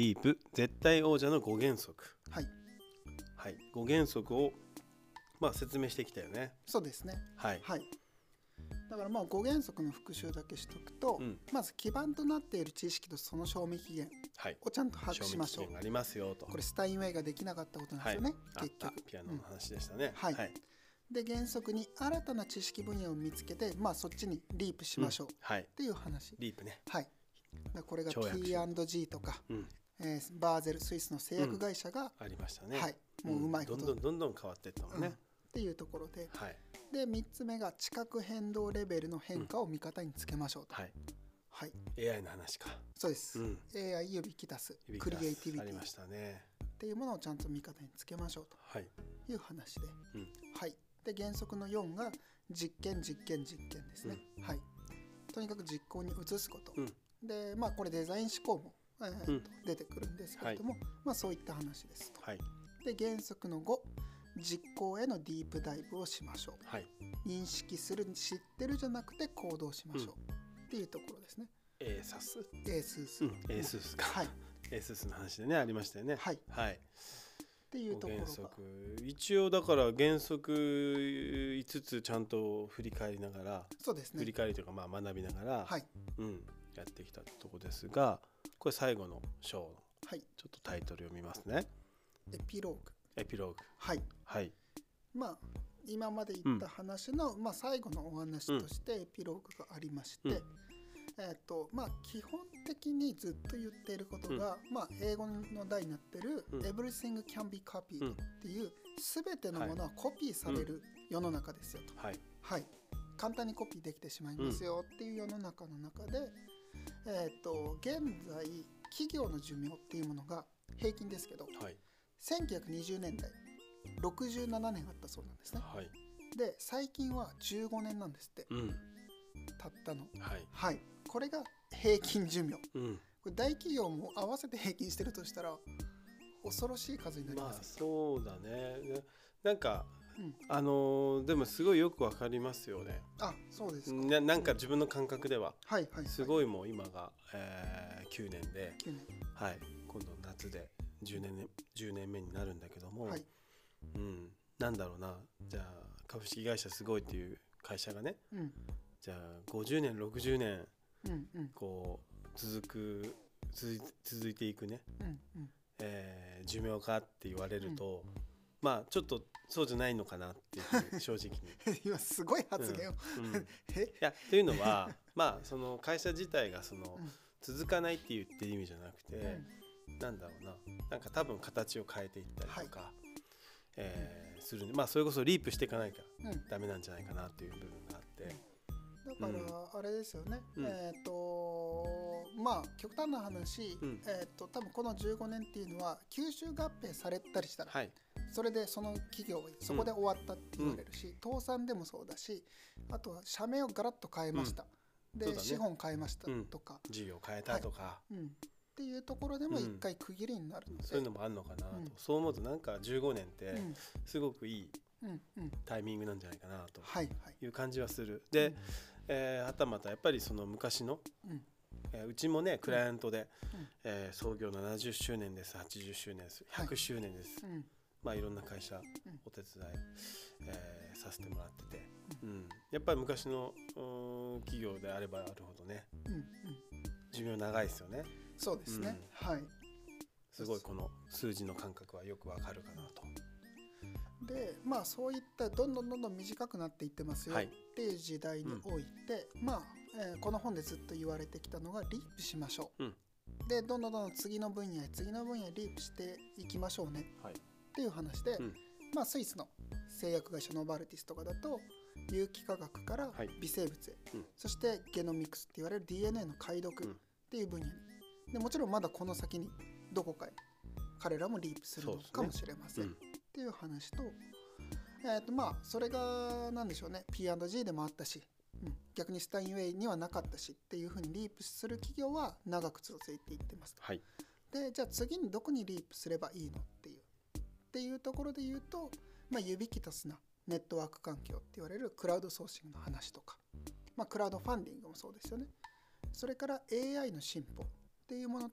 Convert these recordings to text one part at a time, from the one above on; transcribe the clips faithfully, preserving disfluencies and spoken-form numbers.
リープ絶対王者のご原則、 はいはい、ご原則を、まあ、説明してきたよね。 そうですね。 はい、 はい、だからまあご原則の復習だけしておくと、 うん、 まず基盤となっている知識とその賞味期限をちゃんと把握しましょう。 賞味期限がありますよと。 これスタインウェイができなかったことなんですよね、 はい、 結局ピアノの話でしたね、 うん、はい、はい、で原則に新たな知識分野を見つけて、まあ、そっちにリープしましょう、うん、はい、っていう話。 リープね、 はい、だこれが ティーアンドジー とか、うんえー、バーゼルスイスの製薬会社が、 うん、ありましたね、 はい、もううまいこと、 うん、どんどんどんどん変わっていったもんね、うん、 っていうところで、 はい、 でみっつめが地殻変動レベルの変化を味方につけましょうと、うん、はい、はい、 エーアイ の話か。 そうです、うん、エーアイ 指きたすクリエイティビティありましたねっていうものをちゃんと味方につけましょうという話で、はい、うん、はい、で原則のよんが実験実験実験ですね、うん、はい、とにかく実行に移すこと、うん、でまあこれデザイン思考も、えーとうん、出てくるんですけれども、はい、まあそういった話ですと、はい、で原則のご、実行へのディープダイブをしましょう、はい、認識する知ってるじゃなくて行動しましょう、うん、っていうところですね。 エーサスエースース、 うん、エースースか、 はい、 エースースの話でねありましたよね。 はい、 はい、 っていうところが原則一応だから原則いつつちゃんと振り返りながら、 そうですね、 振り返りというかまあ学びながら、 はい、 うん、やってきたところですが、これ最後の章の、 はい、 ちょっとタイトル読みますね。 エピローグ。 エピローグ、 はい、 はい、 まあ今まで言った話の、うん、まあ、最後のお話としてエピローグがありまして、うん、えーとまあ、基本的にずっと言っていることが、うん、まあ、英語の題になってる、うん、Everything can be copied っていう、全てのものはコピーされる世の中ですよと、はいはい、簡単にコピーできてしまいますよっていう世の中の中で、えーと現在企業の寿命っていうものが平均ですけど、はい、せんきゅうひゃくにじゅうねんだいろくじゅうななねんあったそうなんですね、はい、で最近はじゅうごねんなんですって、うん、たったの、はいはい、これが平均寿命、うん、これ大企業も合わせて平均してるとしたら恐ろしい数になりますよ。 まあそうだね。なんか、うん、あのー、でもすごいよくわかりますよね。 あ、そうですか。 な, なんか自分の感覚では、 はいはいはい、 すごいもう今が、えー、きゅうねんできゅうねん、 はい、今度夏でじゅうねん、じゅうねんめになるんだけども、はい、うん、なんだろうな、じゃあ株式会社すごいっていう会社がね、うん、じゃあごじゅうねんろくじゅうねん、うんうん、こう続く続い続いていくね、うんうんえー、寿命かって言われると、うん、まあちょっとそうじゃないのかなっていう正直に今すごい発言を、 うんうん、いやというのはまあその会社自体がその、うん、続かないって言ってる意味じゃなくて、うん、なんだろうな、なんか多分形を変えていったりとか、はい、えー、するんで、まあそれこそリープしていかないからダメなんじゃないかなっていう部分があって、 だからあれですよね、うん、えっ、ー、とまあ極端な話、うん、えー、と多分このじゅうごねんっていうのは吸収合併されたりしたら、はい、それでその企業そこで終わったって言われるし、うん、倒産でもそうだし、あとは社名をガラッと変えました、うん、で、ね、資本変えましたとか、 うん、事業変えたとか、 はい、うん、っていうところでも一回区切りになるので、 そういうのもあるのかなと、うん、そう思うとなんかじゅうごねんってすごくいいタイミングなんじゃないかなという感じはする。で、うんえー、はたまたやっぱりその昔の、うんえー、うちもねクライアントで、うんえー、創業ななじゅっしゅうねんです、はちじゅっしゅうねんです、ひゃくしゅうねんです、はい、まあいろんな会社お手伝い、えー、させてもらってて、うん、やっぱり昔の企業であればあるほどね、うんうん、寿命長いですよね。 そうですね、うん、はい、 すごいこの数字の感覚はよくわかるかなと。 でまあそういったどんどんどんどん短くなっていってますよっていう時代において、はい、まあ、えー、この本でずっと言われてきたのがリープしましょう、うん、でどんどんどんどん次の分野へ次の分野へリープしていきましょうねっていう話で、はい、うん、まあスイスの製薬会社ノバルティスとかだと有機化学から微生物へ、はい、うん、そしてゲノミクスって言われる ディーエヌエー の解読っていう分野に、でもちろんまだこの先にどこかへ彼らもリープするのかもしれません、っていう話と、えーとまあ、それが何でしょうね ピーアンドジー でもあったし、うん、逆にスタインウェイにはなかったしっていうふうにリープする企業は長く続いていってます、はい、でじゃあ次にどこにリープすればいいのっていうっていうところで言うと、まあ、ユビキタスなネットワーク環境って言われるクラウドソーシングの話とか、まあ、クラウドファンディングもそうですよね。それから エーアイ の進歩っていうものと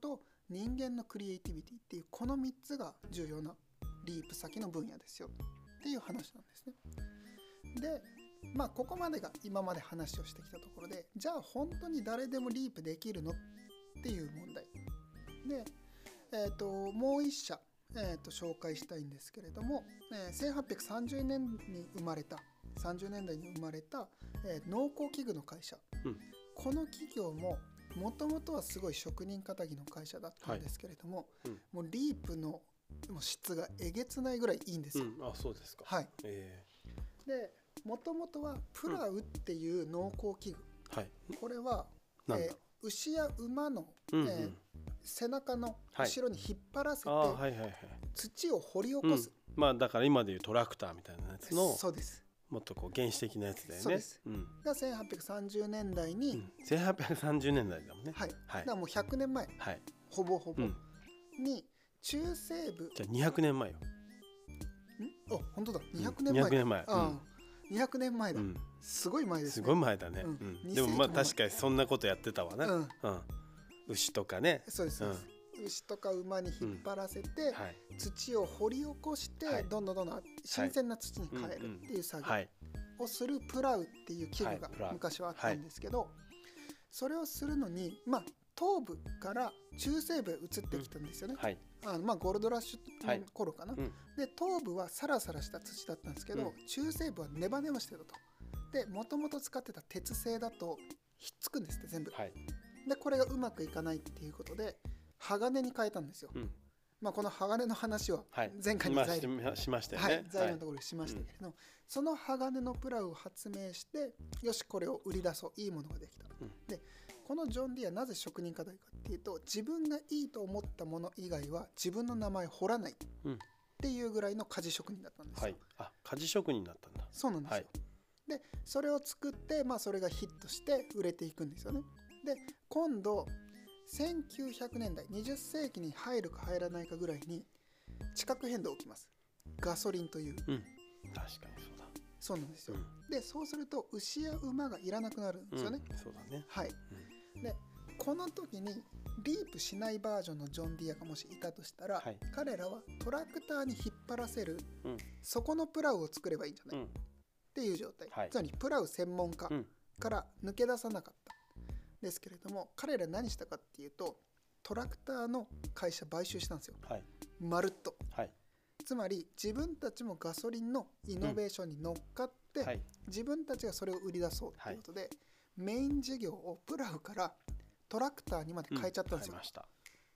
人間のクリエイティビティっていうこのみっつが重要なリープ先の分野ですよっていう話なんですね。でまあここまでが今まで話をしてきたところで、じゃあ本当に誰でもリープできるのっていう問題で、えー、ともう一社、えー、と紹介したいんですけれども、えー、せんはっぴゃくさんじゅうねんに生まれたさんじゅうねんだいに生まれた、えー、農工機具の会社、うん、この企業ももともとはすごい職人かたぎの会社だったんですけれども、はいうん、もうリープの質がえげつないぐらいいいんですよ、 うん、あそうですか、 はいえー、でもともとはプラウっていう農工機具、うんはい、これは、えー、牛や馬の、うんうんえー、背中の後ろに引っ張らせて、はいはいはいはい、土を掘り起こす、 うん、まあだから今でいうトラクターみたいなやつのそうですもっとこう原始的なやつだよね。 そうです、うん、がせんはっぴゃくさんじゅうねんだいに、うん、 せんはっぴゃくさんじゅうねんだいだもんね。 はい、はい、だからもうひゃくねんまえ、はい、ほぼほぼ、うん、に中西部じゃあにひゃくねんまえよ。んあ本当だにひゃくねんまえ、うん、にひゃくねんまえ、あ、うん、にひゃくねんまえだ、うん、すごい前ですね。 すごい前だね、うんうん、でもまあ確かにそんなことやってたわね、うんうん、牛とかね。 そうですそうです、うん、牛とか馬に引っ張らせて、うんはい、土を掘り起こして、はい、どんどんどんどん新鮮な土に変えるっていう作業をするプラウっていう器具が昔はあったんですけど、はいはい、それをするのにまあ東部から中西部へ移ってきたんですよね、うんはい、あのまあゴールドラッシュの頃かな、はいうん、で東部はサラサラした土だったんですけど、うん、中西部はネバネバしてると。でもともと使ってた鉄製だとひっつくんですって全部、はい、でこれがうまくいかないっていうことで鋼に変えたんですよ、うんまあ、この鋼の話は前回の材料、 はい、しましたよね、はい、材料のところでしましたけれども、はい、その鋼のプラウを発明してよしこれを売り出そういいものができた、うん、でこのジョン・ディアなぜ職人課題かっていうと自分がいいと思ったもの以外は自分の名前を彫らないっていうぐらいの鍛冶職人だったんですよ、はい、 あ鍛冶職人だったんだ。 そうなんですよ、はいでそれを作って、まあ、それがヒットして売れていくんですよね。で今度せんきゅうひゃくねんだいにじゅっせいきに入るか入らないかぐらいに地殻変動起きます。ガソリンという、うん、 確かにそうだそうなんですよ、うん、でそうすると牛や馬がいらなくなるんですよね、 うん、そうだねはい、うん、でこの時にリープしないバージョンのジョン・ディアがもしいたとしたら、はい、彼らはトラクターに引っ張らせる、うん、そこのプラウを作ればいいんじゃない、うんっていう状態、はい、つまりプラウ専門家から抜け出さなかったんですけれども、彼ら何したかっていうとトラクターの会社買収したんですよ、はい、まるっと、はい、つまり自分たちもガソリンのイノベーションに乗っかって、うんはい、自分たちがそれを売り出そうということで、はい、メイン事業をプラウからトラクターにまで変えちゃったんですよ、うん、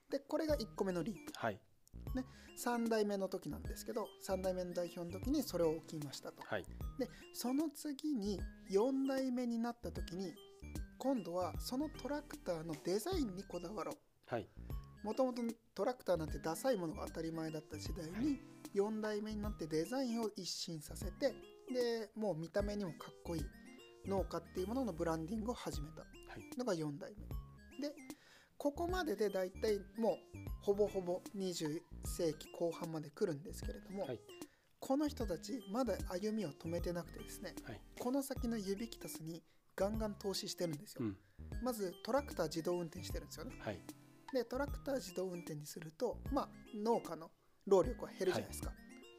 でこれがいっこめのリープ、はいね、さんだいめの時なんですけどさんだいめの代表の時にそれを置きましたと、はい、でその次によんだいめになった時に今度はそのトラクターのデザインにこだわろう。もともとトラクターなんてダサいものが当たり前だった時代によんだいめになってデザインを一新させてでもう見た目にもかっこいい農家っていうもののブランディングを始めたのがよんだいめでここまででだいたいもうほぼほぼにじゅっせいきこう半まで来るんですけれども、はい、この人たちまだ歩みを止めてなくてですね、はい、この先のユビキタスにガンガン投資してるんですよ、うん、まずトラクター自動運転してるんですよね、はい、でトラクター自動運転にすると、まあ、農家の労力は減るじゃないですか、はい、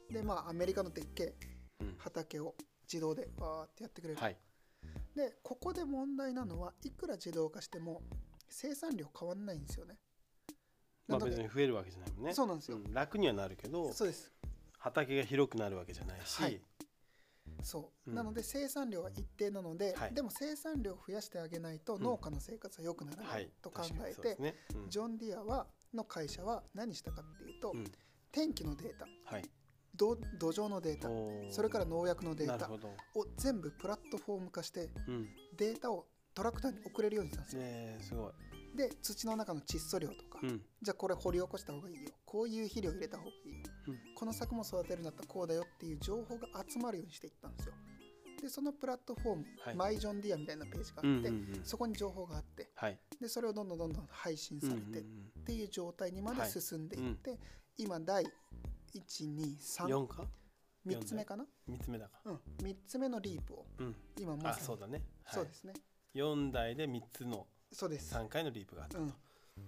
でまあアメリカのでっけえ畑を自動でわーってやってくれる、はい、でここで問題なのはいくら自動化しても生産量変わんないんですよね。 まあ別に増えるわけじゃないもんね。 そうなんですよ、 うん、楽にはなるけどそうです。 畑が広くなるわけじゃないし、はい、 そう、うん、なので生産量は一定なので、はい、でも生産量を増やしてあげないと農家の生活は良くならないと考えて、うんねうん、ジョン・ディアはの会社は何したかっていうと、うん、天気のデータ、はい、土壌のデータ、それから農薬のデータを全部プラットフォーム化して、うん、データをトラクターに送れるようにしたんですよ、 えー、すごい。 で土の中の窒素量とか、うん、じゃあこれ掘り起こした方がいいよ、こういう肥料入れた方がいいよ、うん、この作物育てるんだったらこうだよっていう情報が集まるようにしていったんですよ。でそのプラットフォーム、はい、マイジョンディアみたいなページがあって、うんうんうん、そこに情報があって、はい、でそれをどんどんどんどん配信されて、うんうんうん、っていう状態にまで進んでいって、はい、うん、今だいいち、に、さん、 よんかみっつめかな、 みっつめだか、 うん、みっつめのリープを、うん、今まさに、 あ、そうだね、 はい、そうですね、 よんだいでみっつのそうですさんかいのリープがあったと、うん、っ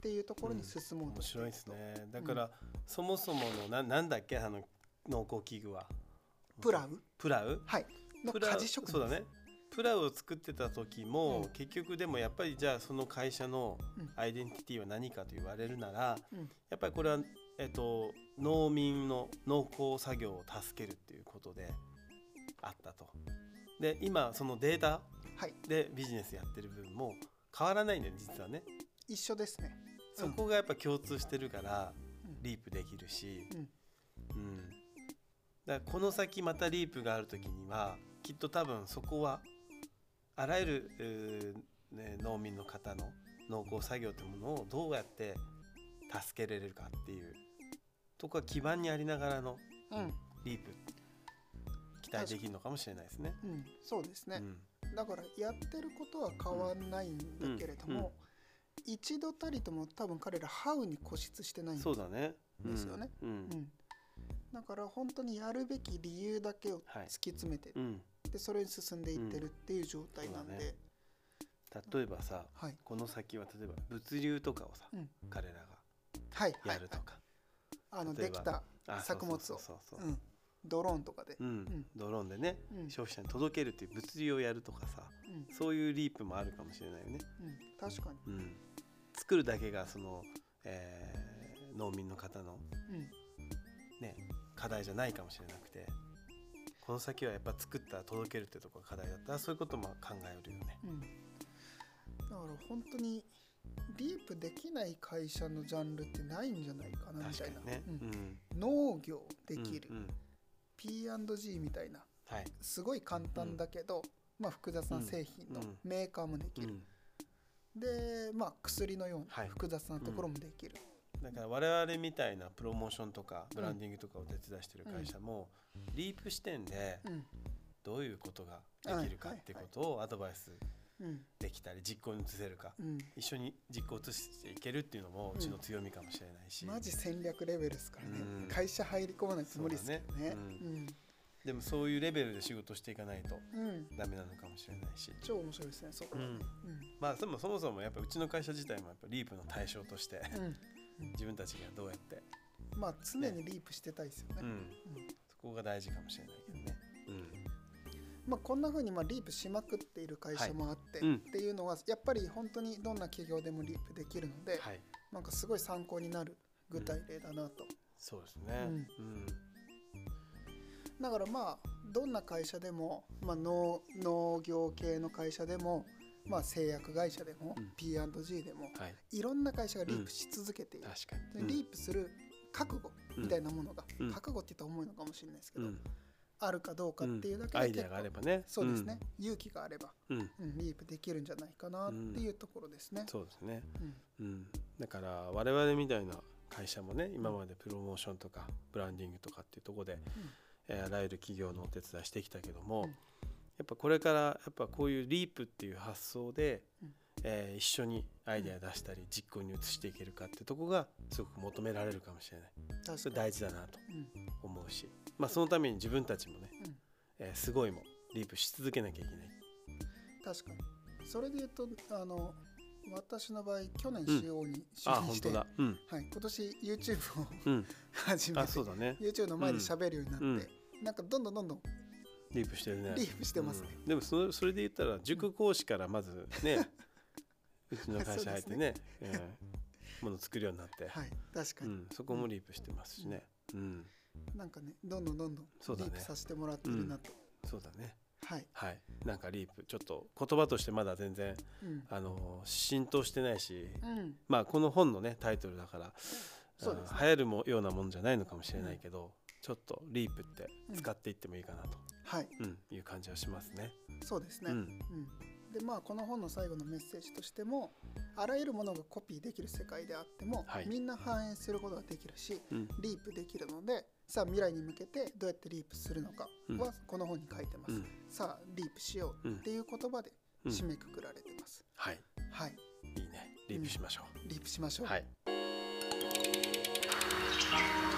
っていうところに進もうとしていると、 面白いですね。だから、うん、そもそもの な, なんだっけあの農耕器具はプラウプラウはいの家事職人。 そうだね。プラウを作ってた時も、うん、結局でもやっぱりじゃあその会社のアイデンティティは何かと言われるなら、うん、やっぱりこれは、えっと、農民の農耕作業を助けるっていうことであったと。で今そのデータでビジネスやってる部分も変わらないんだよね実はね。 一緒ですね。 そこがやっぱ共通してるからリープできるし、うんうん、だからこの先またリープがある時にはきっと多分そこはあらゆる、えーね、農民の方の農耕作業というものをどうやって助けられるかっていうとこは基盤にありながらのリープ、うん、期待できるのかもしれないですね。 うん、そうですね、うん、だからやってることは変わんないんだけれども、うんうん、一度たりとも多分彼らハウに固執してないんですよね。 そうだね、 うんうん、だから本当にやるべき理由だけを突き詰めて、はい、うんでそれに進んでいってるっていう状態なんで、うんね、 例えばさ、はい、この先は例えば物流とかをさ、うん、彼らがやるとか、 はいはいはい、あのできた作物をドローンとかで、 うんうん、ドローンでね、うん、消費者に届けるっていう物流をやるとかさ、うん、そういうリープもあるかもしれないよね、 うん、確かに、うん、 作るだけがその、えー、農民の方の、うんね、課題じゃないかもしれなくてこの先はやっぱ作ったら届けるってところが課題だったらそういうことも考えるよね、うん、だから本当にリープできない会社のジャンルってないんじゃないかなみたいな、ねうん、農業できる、うんうん、ピーアンドジー みたいな、はい、すごい簡単だけど、うんまあ、複雑な製品のメーカーもできる、うん、で、まあ、薬のような複雑なところもできる、はいうん、だから我々みたいなプロモーションとかブランディングとかを手伝いしている会社も、うん、リープ視点でどういうことができるかっていうことをアドバイスできたり実行に移せるか、うん、一緒に実行移していけるっていうのもうちの強みかもしれないし、 うん、マジ戦略レベルですからね、うん、会社入り込まないつもりですけどね、うんうん、 でもそういうレベルで仕事していかないとダメなのかもしれないし、 超面白いですねそこは、うんうん、 まあそもそもそもやっぱうちの会社自体もやっぱリープの対象として、うん、自分たちがどうやってまあ常にリープしてたいですよね、うんうん、 そこが大事かもしれないけどね、うんまあ、こんな風にまあリープしまくっている会社もあって、はいうん、っていうのはやっぱり本当にどんな企業でもリープできるので、はい、なんかすごい参考になる具体例だなと、うん、 そうですね、うんうん、 だからまあどんな会社でも、まあ、農, 農業系の会社でも、まあ、製薬会社でも、うん、ピーアンドジー でも、はい、いろんな会社がリープし続けている、うん、確かにリープする覚悟みたいなものが、うん、覚悟って言ったら重いのかもしれないですけど、うんあるかどうかっていうだけで、うん、 アイデアがあればねそうですね、うん、勇気があれば、うんうん、リープできるんじゃないかなっていうところですね、 うん、そうですね、うんうん、だから我々みたいな会社もね今までプロモーションとかブランディングとかっていうところで、うんえー、あらゆる企業のお手伝いしてきたけども、うん、やっぱこれからやっぱこういうリープっていう発想で、うんえー、一緒にアイデア出したり実行に移していけるかっていうところがすごく求められるかもしれない。それ大事だなと思うし、うんまあ、そのために自分たちもね、うんえー、すごいもリープし続けなきゃいけない。 確かにそれで言うとあの私の場合去年 シーオー に就任して、うんうんはい、今年 YouTube を、うん、始めて、そうだね、YouTube の前で喋るようになって、うん、なんかどんどんどんどんリープしてるね。 リープしてますね、 うん、でもそれ、それで言ったら塾講師からまずねうちの会社入ってね、ねえー、もの作るようになって、はい、 確かに、うん、 そこもリープしてますしね、うんうんなんかねどんどんどんどんリープさせてもらってるなと。 そうだね、 うん、はい、 はい、なんかリープちょっと言葉としてまだ全然、うん、あの浸透してないし、うん、まあこの本のねタイトルだからそうです、ね、流行るもようなもんじゃないのかもしれないけど、うん、ちょっとリープって使っていってもいいかなと、はいうん、いう感じはしますね。 そうですね、うんうんでまあ、この本の最後のメッセージとしてもあらゆるものがコピーできる世界であっても、はい、みんな反映することができるし、うん、リープできるのでさあ未来に向けてどうやってリープするのかはこの本に書いてます、うん、さあリープしようっていう言葉で締めくくられてます、 うん、はい、はい、いいねリープしましょう、 うん、リープしましょう、 はい